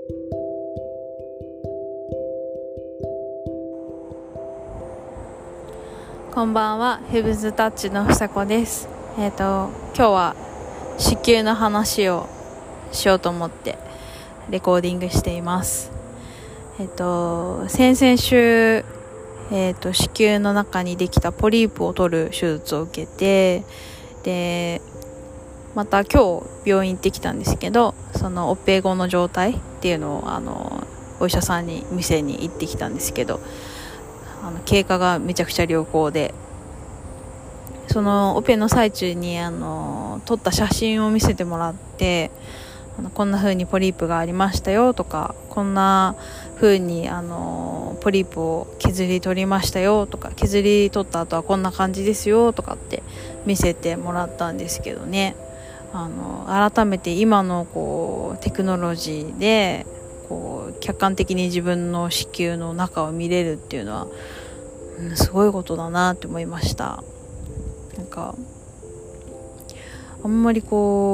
こんばんは、ヘブズタッチのふさこです。今日は子宮の話をしようと思ってレコーディングしています。先々週、子宮の中にできたポリープを取る手術を受けて、でまた今日病院行ってきたんですけど、そのオペ後の状態っていうのをお医者さんに店に行ってきたんですけど、経過がめちゃくちゃ良好で、そのオペの最中に撮った写真を見せてもらって、こんな風にポリープがありましたよとか、こんな風にポリープを削り取りましたよとか、削り取った後はこんな感じですよとかって見せてもらったんですけどね、改めて今のテクノロジーで客観的に自分の子宮の中を見れるっていうのは、すごいことだなって思いました。なんかあんまり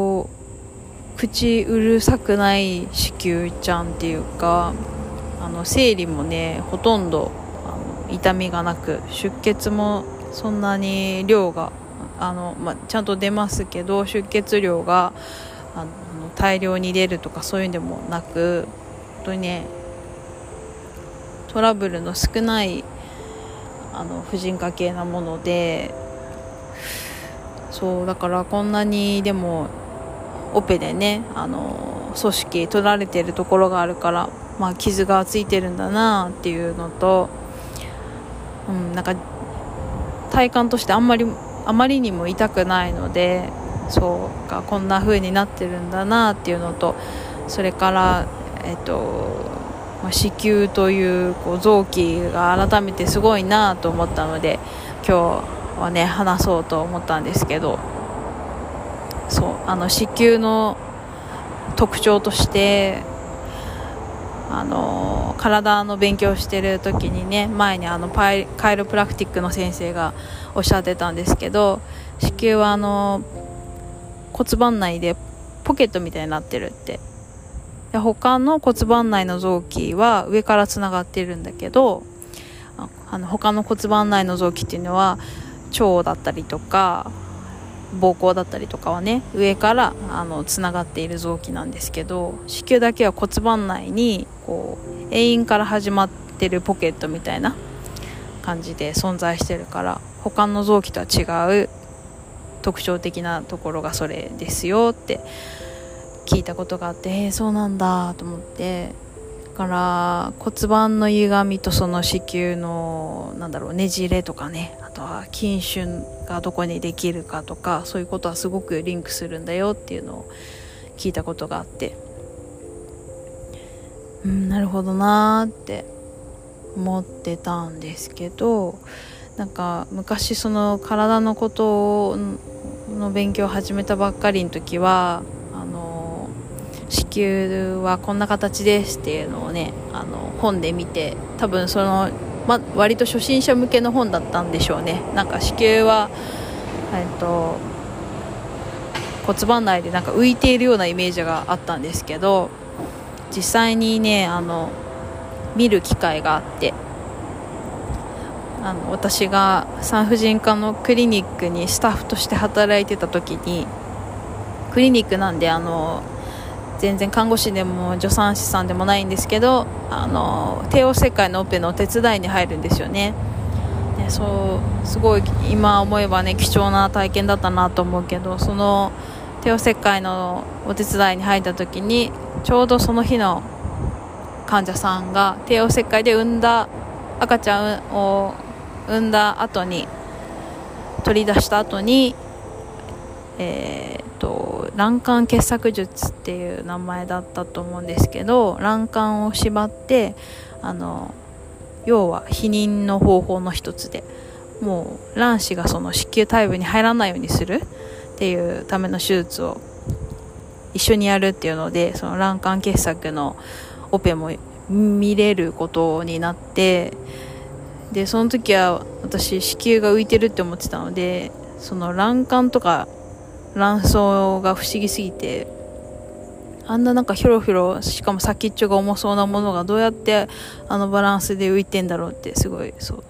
口うるさくない子宮ちゃんっていうか、生理もねほとんど痛みがなく、出血もそんなに量がちゃんと出ますけど、出血量が大量に出るとかそういうんでもなく、本当にねトラブルの少ない婦人科系なもので、そうだからこんなにでもオペでね組織取られてるところがあるから、傷がついてるんだなっていうのと、なんか体感としてあまりにも痛くないので、そうかこんな風になってるんだなっていうのと、それから子宮という臓器が改めてすごいなと思ったので、今日はね話そうと思ったんですけど、そう子宮の特徴として体の勉強してる時にね、前にカイロプラクティックの先生がおっしゃってたんですけど、子宮は骨盤内でポケットみたいになってるって。で他の骨盤内の臓器は上からつながっているんだけど、他の骨盤内の臓器っていうのは腸だったりとか膀胱だったりとかはね上からつながっている臓器なんですけど、子宮だけは骨盤内に永遠から始まってるポケットみたいな感じで存在してるから、他の臓器とは違う特徴的なところがそれですよって聞いたことがあって、そうなんだと思って、だから骨盤の歪みとその子宮のねじれとかね、あとは筋腫がどこにできるかとか、そういうことはすごくリンクするんだよっていうのを聞いたことがあって、なるほどなーって思ってたんですけど、なんか昔その体のことの勉強を始めたばっかりの時は子宮はこんな形ですっていうのをね本で見て、多分割と初心者向けの本だったんでしょうね。なんか子宮は骨盤内でなんか浮いているようなイメージがあったんですけど、実際にね見る機会があって、私が産婦人科のクリニックにスタッフとして働いてた時に、クリニックなんで全然看護師でも助産師さんでもないんですけど、帝王切開のオペの手伝いに入るんですよね。そうすごい今思えばね貴重な体験だったなと思うけど、その帝王切開のお手伝いに入った時に、ちょうどその日の患者さんが帝王切開で赤ちゃんを産んだ後に取り出した後に卵管結紮術っていう名前だったと思うんですけど、卵管を縛って要は避妊の方法の一つで、もう卵子がその子宮体部に入らないようにするっていうための手術を一緒にやるっていうので、その卵管結紮のオペも見れることになって、でその時は私子宮が浮いてるって思ってたので、その卵管とか卵巣が不思議すぎてあんななんかヒョロヒョロ、しかも先っちょが重そうなものがどうやってあのバランスで浮いてんだろうって、すごい素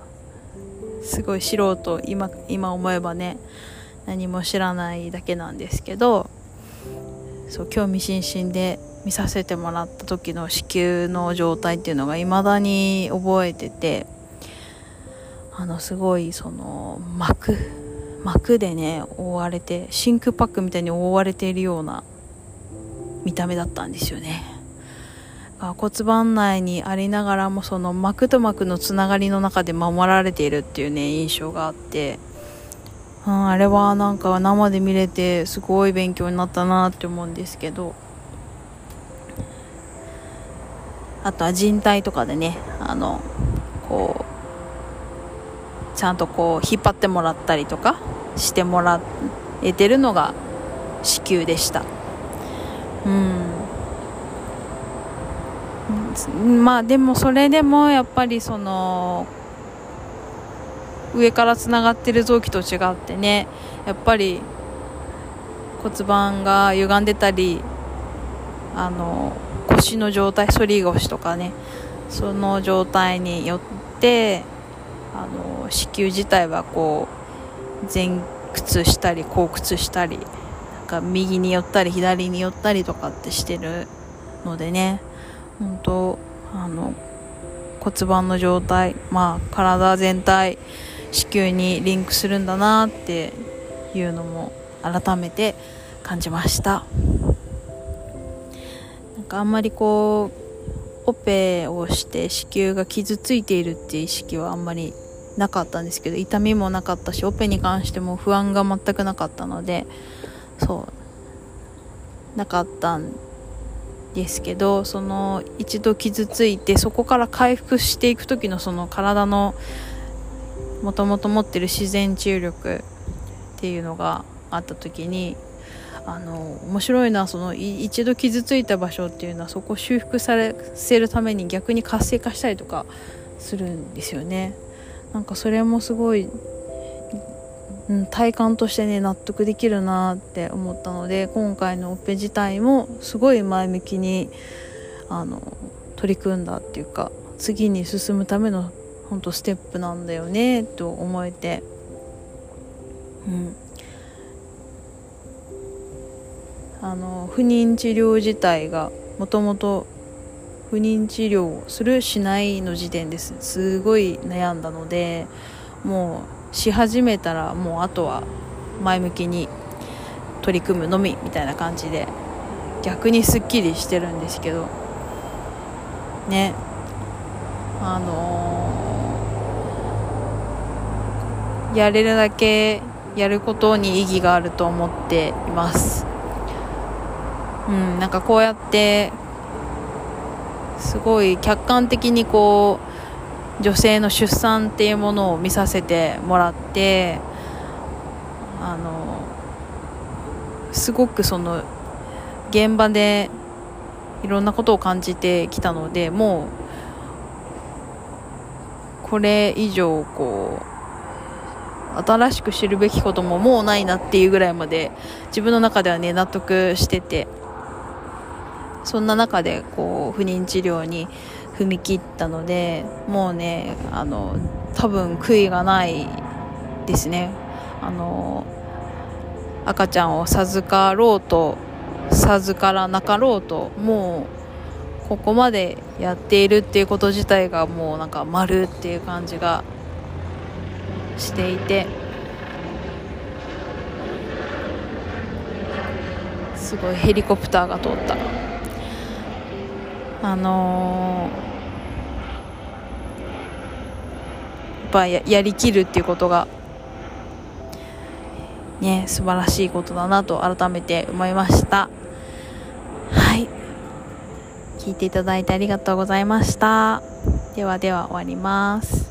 人、今思えばね、何も知らないだけなんですけど、興味津々で見させてもらった時の子宮の状態っていうのが未だに覚えてて、すごい膜でね覆われて、真空パックみたいに覆われているような見た目だったんですよね。骨盤内にありながらも、その膜と膜のつながりの中で守られているっていうね、印象があって、あれはなんか生で見れてすごい勉強になったなって思うんですけど、あとは人体とかでね、ちゃんと引っ張ってもらったりとかしてもらえてるのが子宮でした。まあでもそれでもやっぱり上からつながってる臓器と違ってね、やっぱり骨盤が歪んでたり、腰の状態、反り腰とかね、その状態によって子宮自体は前屈したり後屈したり、なんか右に寄ったり左に寄ったりとかってしてるのでね、本当骨盤の状態、体全体子宮にリンクするんだなっていうのも改めて感じました。なんかあんまりオペをして子宮が傷ついているっていう意識はあんまりなかったんですけど、痛みもなかったし、オペに関しても不安が全くなかったので、なかったんですけど、一度傷ついてそこから回復していく時の体のもともと持ってる自然治癒力っていうのがあった時に、面白いのは一度傷ついた場所っていうのはそこを修復させるために逆に活性化したりとかするんですよね。なんかそれもすごい、体感としてね納得できるなって思ったので、今回のオペ自体もすごい前向きに取り組んだっていうか、次に進むための本当ステップなんだよねと思えて、不妊治療自体がもともと不妊治療をするしないの時点ですすごい悩んだので、もうし始めたらもうあとは前向きに取り組むのみみたいな感じで、逆にすっきりしてるんですけどね。やれるだけやることに意義があると思っています。なんかこうやってすごい客観的に女性の出産っていうものを見させてもらって、すごく現場でいろんなことを感じてきたので、もうこれ以上新しく知るべきことももうないなっていうぐらいまで自分の中ではね納得してて、そんな中で不妊治療に踏み切ったので、もうね多分悔いがないですね。赤ちゃんを授かろうと授からなかろうと、もうここまでやっているっていうこと自体がもうなんか丸っていう感じがしていて、すごいヘリコプターが通った。やっぱやりきるっていうことがね素晴らしいことだなと改めて思いました。はい、聞いていただいてありがとうございました。では終わります。